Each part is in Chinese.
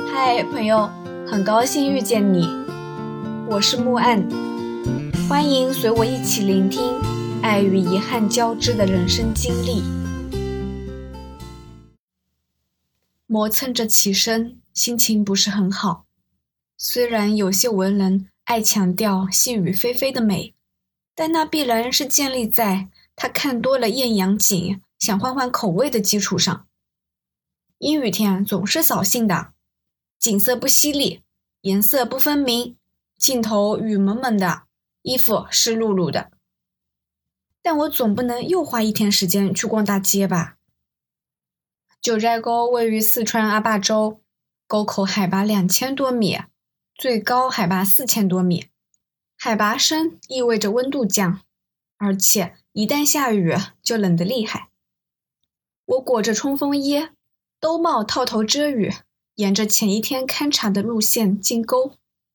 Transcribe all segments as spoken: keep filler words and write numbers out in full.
嗨，朋友，很高兴遇见你，我是木岸，欢迎随我一起聆听爱与遗憾交织的人生经历。磨蹭着起身，心情不是很好。虽然有些文人爱强调细雨霏霏的美，但那必然是建立在他看多了艳阳景，想换换口味的基础上。阴雨天总是扫兴的，景色不犀利，颜色不分明，镜头雨蒙蒙的，衣服湿漉漉的。但我总不能又花一天时间去逛大街吧。九寨沟位于四川阿坝州，沟口海拔两千多米，最高海拔四千多米。海拔升意味着温度降，而且一旦下雨就冷得厉害。我裹着冲锋衣，兜帽套头遮雨，沿着前一天勘察的路线进沟。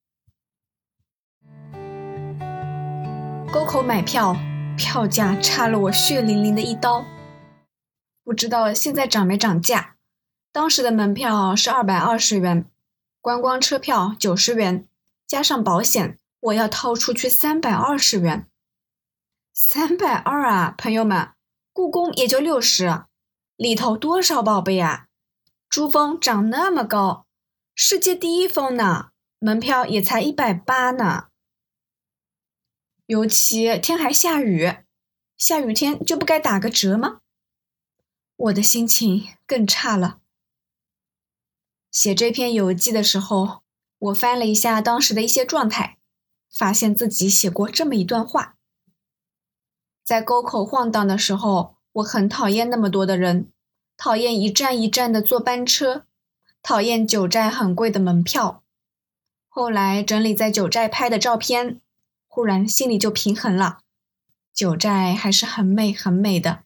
沟口买票，票价插了我血淋淋的一刀。不知道现在涨没涨价，当时的门票是二百二十元，观光车票九十元，加上保险，我要掏出去三百二十元。三百二十啊，朋友们，故宫也就六十，里头多少宝贝啊？珠峰长那么高，世界第一峰呢，门票也才一百八呢。尤其天还下雨，下雨天就不该打个折吗？我的心情更差了。写这篇游记的时候，我翻了一下当时的一些状态，发现自己写过这么一段话。在沟口晃荡的时候，我很讨厌那么多的人，讨厌一站一站的坐班车，讨厌九寨很贵的门票。后来整理在九寨拍的照片，忽然心里就平衡了，九寨还是很美很美的。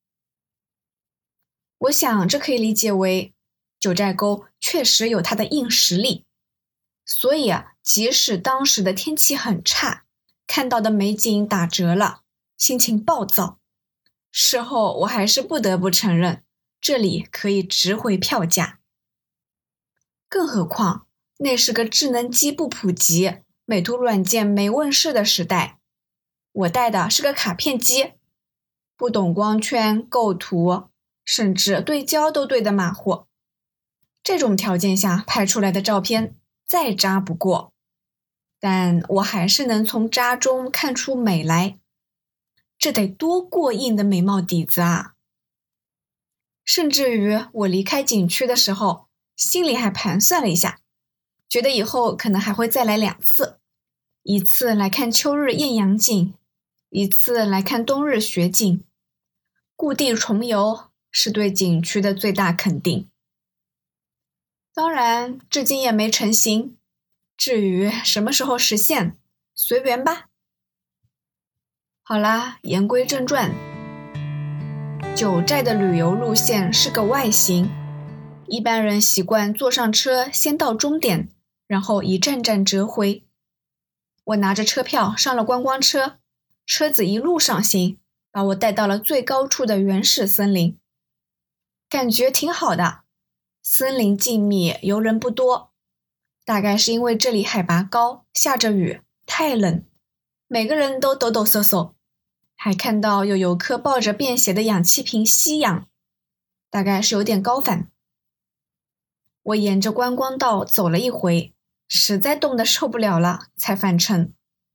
我想这可以理解为九寨沟确实有它的硬实力，所以啊，即使当时的天气很差，看到的美景打折了，心情暴躁，事后我还是不得不承认，这里可以值回票价。更何况那是个智能机不普及，美图软件没问世的时代，我带的是个卡片机，不懂光圈、构图，甚至对焦都对得马虎。这种条件下拍出来的照片再渣不过，但我还是能从渣中看出美来，这得多过硬的美貌底子啊！甚至于我离开景区的时候，心里还盘算了一下，觉得以后可能还会再来两次，一次来看秋日艳阳景，一次来看冬日雪景。故地重游是对景区的最大肯定。当然，至今也没成型，至于什么时候实现，随缘吧。好啦，言归正传。九寨的旅游路线是个外形，一般人习惯坐上车先到终点，然后一站站折回。我拿着车票上了观光车，车子一路上行，把我带到了最高处的原始森林。感觉挺好的，森林静谧，游人不多，大概是因为这里海拔高，下着雨，太冷，每个人都抖抖擞擞，还看到有游客抱着便携的氧气瓶吸氧，大概是有点高反。我沿着观光道走了一回，实在冻得受不了了，才返程。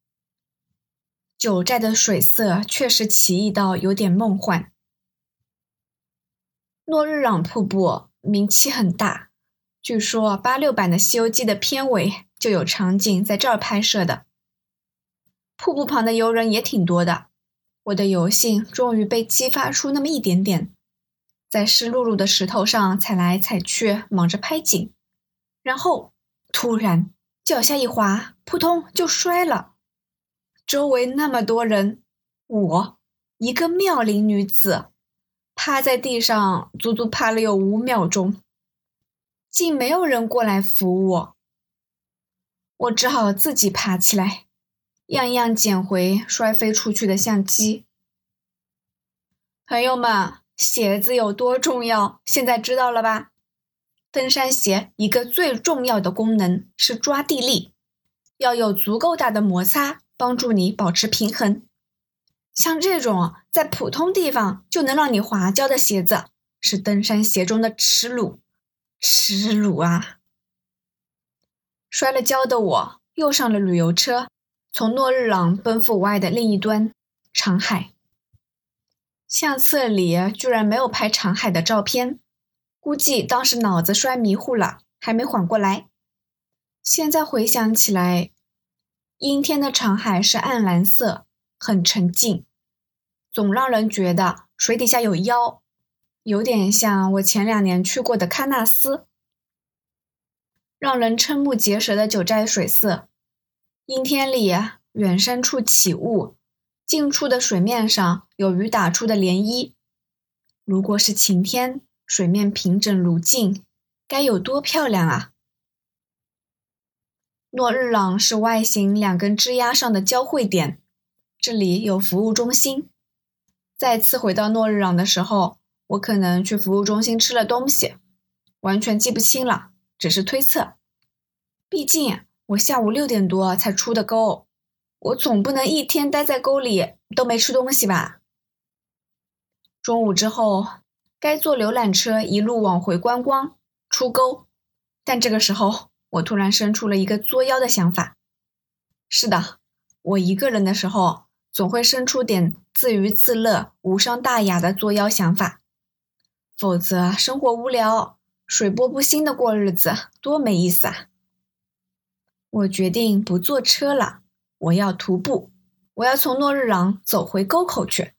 九寨的水色确实奇异到有点梦幻。诺日朗瀑布名气很大，据说八六版的《西游记》的片尾就有场景在这儿拍摄的。瀑布旁的游人也挺多的，我的游性终于被激发出那么一点点，在湿漉漉的石头上踩来踩去，忙着拍景，然后突然脚下一滑，扑通就摔了。周围那么多人，我一个妙龄女子趴在地上足足趴了有五秒钟，竟没有人过来扶我，我只好自己爬起来，样样捡回摔飞出去的相机。朋友们，鞋子有多重要，现在知道了吧？ 登山鞋一个最重要的功能是抓地力，要有足够大的摩擦帮助你保持平衡。像这种在普通地方就能让你滑跤的鞋子，是登山鞋中的耻辱，耻辱啊！摔了跤的我又上了旅游车，从诺日朗奔赴外的另一端，长海。相册里居然没有拍长海的照片，估计当时脑子摔迷糊了，还没缓过来。现在回想起来，阴天的长海是暗蓝色，很沉静，总让人觉得水底下有妖，有点像我前两年去过的喀纳斯。让人瞠目结舌的九寨水色，阴天里远山处起雾，近处的水面上有雨打出的涟漪。如果是晴天，水面平整如镜，该有多漂亮啊！诺日朗是外形两根枝桠上的交汇点，这里有服务中心。再次回到诺日朗的时候，我可能去服务中心吃了东西，完全记不清了，只是推测。毕竟我下午六点多才出的沟，我总不能一天待在沟里都没吃东西吧。中午之后，该坐游览车一路往回观光，出沟。但这个时候，我突然生出了一个作妖的想法。是的，我一个人的时候，总会生出点自娱自乐、无伤大雅的作妖想法。否则生活无聊，水波不兴的过日子，多没意思啊！我决定不坐车了，我要徒步，我要从诺日朗走回沟口去。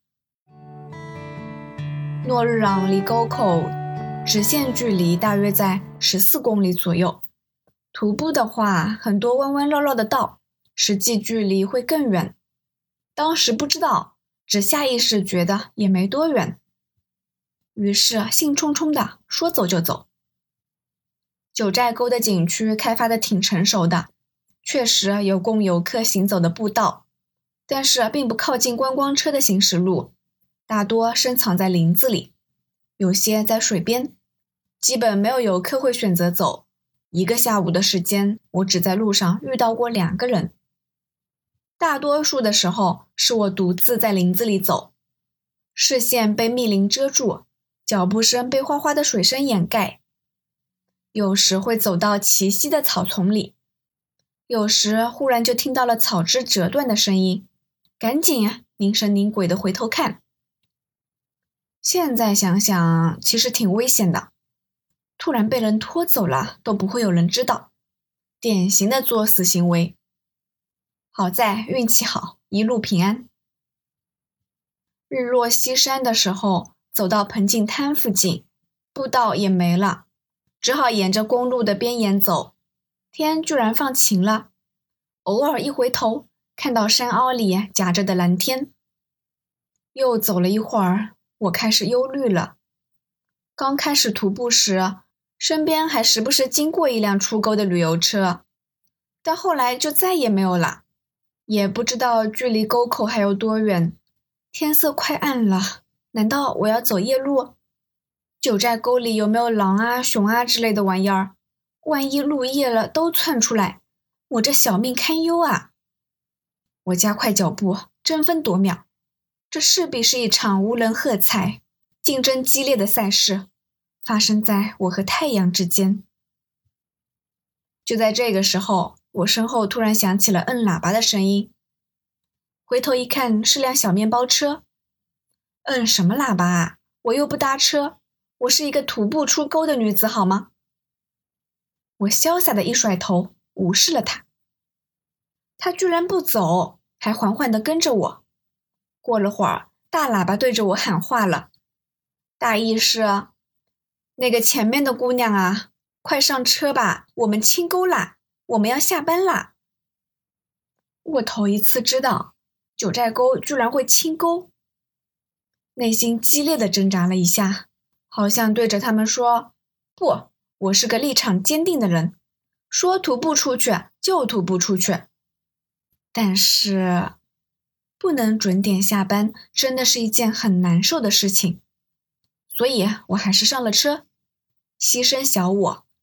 诺日朗离沟口直线距离大约在十四公里左右，徒步的话很多弯弯绕绕的道，实际距离会更远。当时不知道，只下意识觉得也没多远，于是兴冲冲的说走就走。九寨沟的景区开发的挺成熟的，确实有供游客行走的步道，但是并不靠近观光车的行驶路，大多深藏在林子里，有些在水边，基本没有游客会选择走。一个下午的时间，我只在路上遇到过两个人，大多数的时候是我独自在林子里走，视线被密林遮住，脚步声被哗哗的水声掩盖。有时会走到齐膝的草丛里，有时忽然就听到了草枝折断的声音，赶紧啊凝神凝鬼的回头看。现在想想其实挺危险的，突然被人拖走了都不会有人知道，典型的作死行为。好在运气好，一路平安。日落西山的时候，走到盆景滩附近，步道也没了，只好沿着公路的边沿走。天居然放晴了，偶尔一回头，看到山凹里夹着的蓝天。又走了一会儿，我开始忧虑了。刚开始徒步时，身边还时不时经过一辆出沟的旅游车，但后来就再也没有了，也不知道距离沟口还有多远。天色快暗了，难道我要走夜路？九寨沟里有没有狼啊、熊啊之类的玩意儿？万一路夜了都窜出来，我这小命堪忧啊！我加快脚步，争分夺秒，这势必是一场无人喝彩、竞争激烈的赛事，发生在我和太阳之间。就在这个时候，我身后突然响起了摁喇叭的声音，回头一看是辆小面包车。摁什么喇叭啊？我又不搭车，我是一个徒步出沟的女子好吗？我潇洒的一甩头，无视了他。他居然不走，还缓缓地跟着我。过了会儿，大喇叭对着我喊话了，大意是：那个前面的姑娘啊，快上车吧，我们清沟啦，我们要下班啦。我头一次知道九寨沟居然会清沟，内心激烈地挣扎了一下，好像对着他们说：不，我是个立场坚定的人，说徒步出去就徒步出去。但是不能准点下班真的是一件很难受的事情，所以我还是上了车，牺牲小我，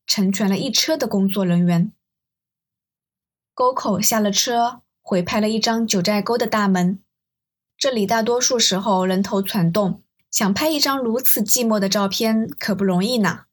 成全了一车的工作人员。沟口下了车，回拍了一张九寨沟的大门。这里大多数时候人头攒动，想拍一张如此寂寞的照片可不容易呢。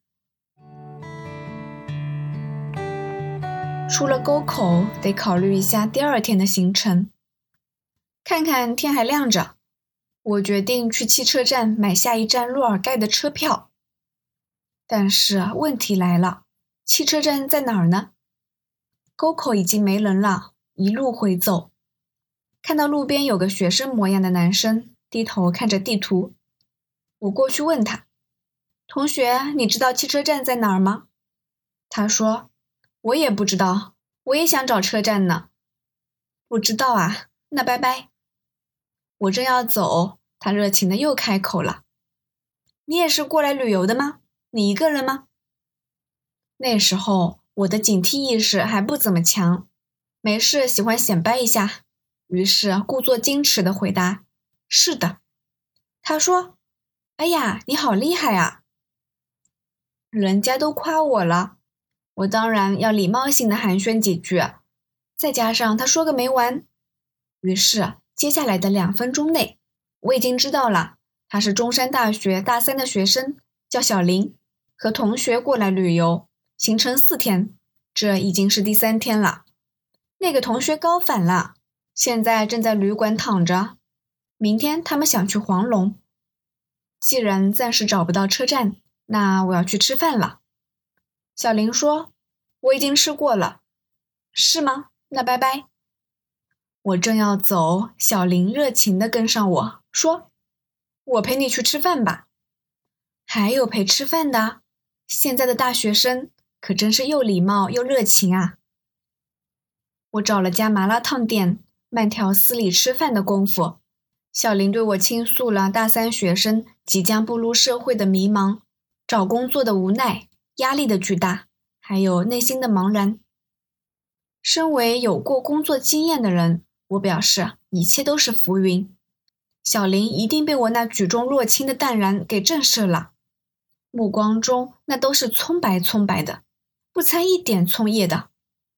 出了沟口，得考虑一下第二天的行程。看看天还亮着，我决定去汽车站买下一站若尔盖的车票。但是问题来了，汽车站在哪儿呢？沟口已经没人了，一路回走。看到路边有个学生模样的男生低头看着地图，我过去问他：同学，你知道汽车站在哪儿吗？他说：我也不知道，我也想找车站呢。不知道啊，那拜拜。我正要走，他热情的又开口了：你也是过来旅游的吗？你一个人吗？那时候我的警惕意识还不怎么强，没事喜欢显摆一下，于是故作矜持的回答：是的。他说：哎呀，你好厉害啊。人家都夸我了，我当然要礼貌性的寒暄几句，再加上他说个没完。于是接下来的两分钟内，我已经知道了，他是中山大学大三的学生，叫小林，和同学过来旅游，行程四天，这已经是第三天了。那个同学高反了，现在正在旅馆躺着，明天他们想去黄龙。既然暂时找不到车站，那我要去吃饭了。小林说：我已经吃过了。是吗？那拜拜。我正要走，小林热情地跟上我，说：我陪你去吃饭吧。还有陪吃饭的？现在的大学生可真是又礼貌又热情啊。我找了家麻辣烫店，慢条斯理吃饭的功夫，小林对我倾诉了大三学生即将步入社会的迷茫，找工作的无奈，压力的巨大，还有内心的茫然。身为有过工作经验的人，我表示一切都是浮云。小林一定被我那举重若轻的淡然给震慑了，目光中那都是葱白葱白的，不掺一点葱叶的。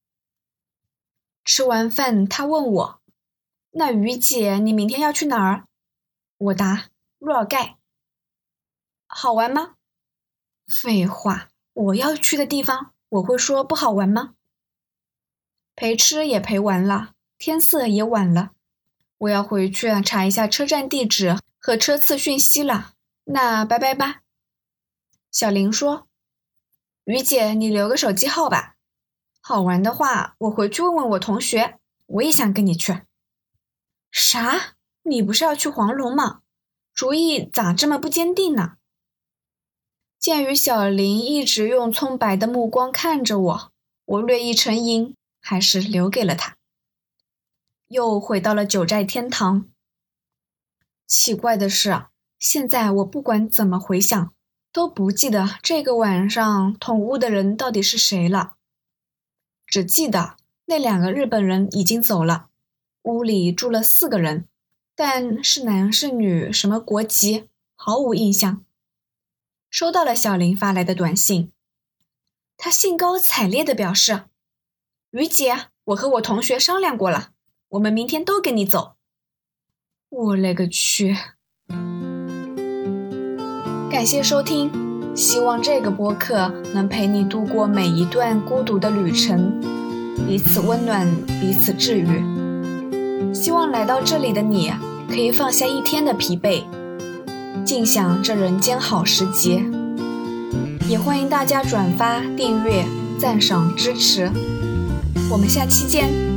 吃完饭，他问我：那于姐，你明天要去哪儿？我答：若尔盖。好玩吗？废话，我要去的地方，我会说不好玩吗？陪吃也陪完了，天色也晚了，我要回去查一下车站地址和车次讯息了，那拜拜吧。小林说：于姐，你留个手机号吧，好玩的话我回去问问我同学，我也想跟你去。啥？你不是要去黄龙吗？主意咋这么不坚定呢？鉴于小林一直用葱白的目光看着我，我略一沉吟，还是留给了他。又回到了九寨天堂。奇怪的是，现在我不管怎么回想，都不记得这个晚上同屋的人到底是谁了。只记得那两个日本人已经走了，屋里住了四个人，但是男是女，什么国籍，毫无印象。收到了小林发来的短信，他兴高采烈地表示：于姐，我和我同学商量过了，我们明天都跟你走。我勒个去！感谢收听，希望这个播客能陪你度过每一段孤独的旅程，彼此温暖，彼此治愈。希望来到这里的你可以放下一天的疲惫，尽享这人间好时节。也欢迎大家转发、订阅、赞赏、支持。我们下期见。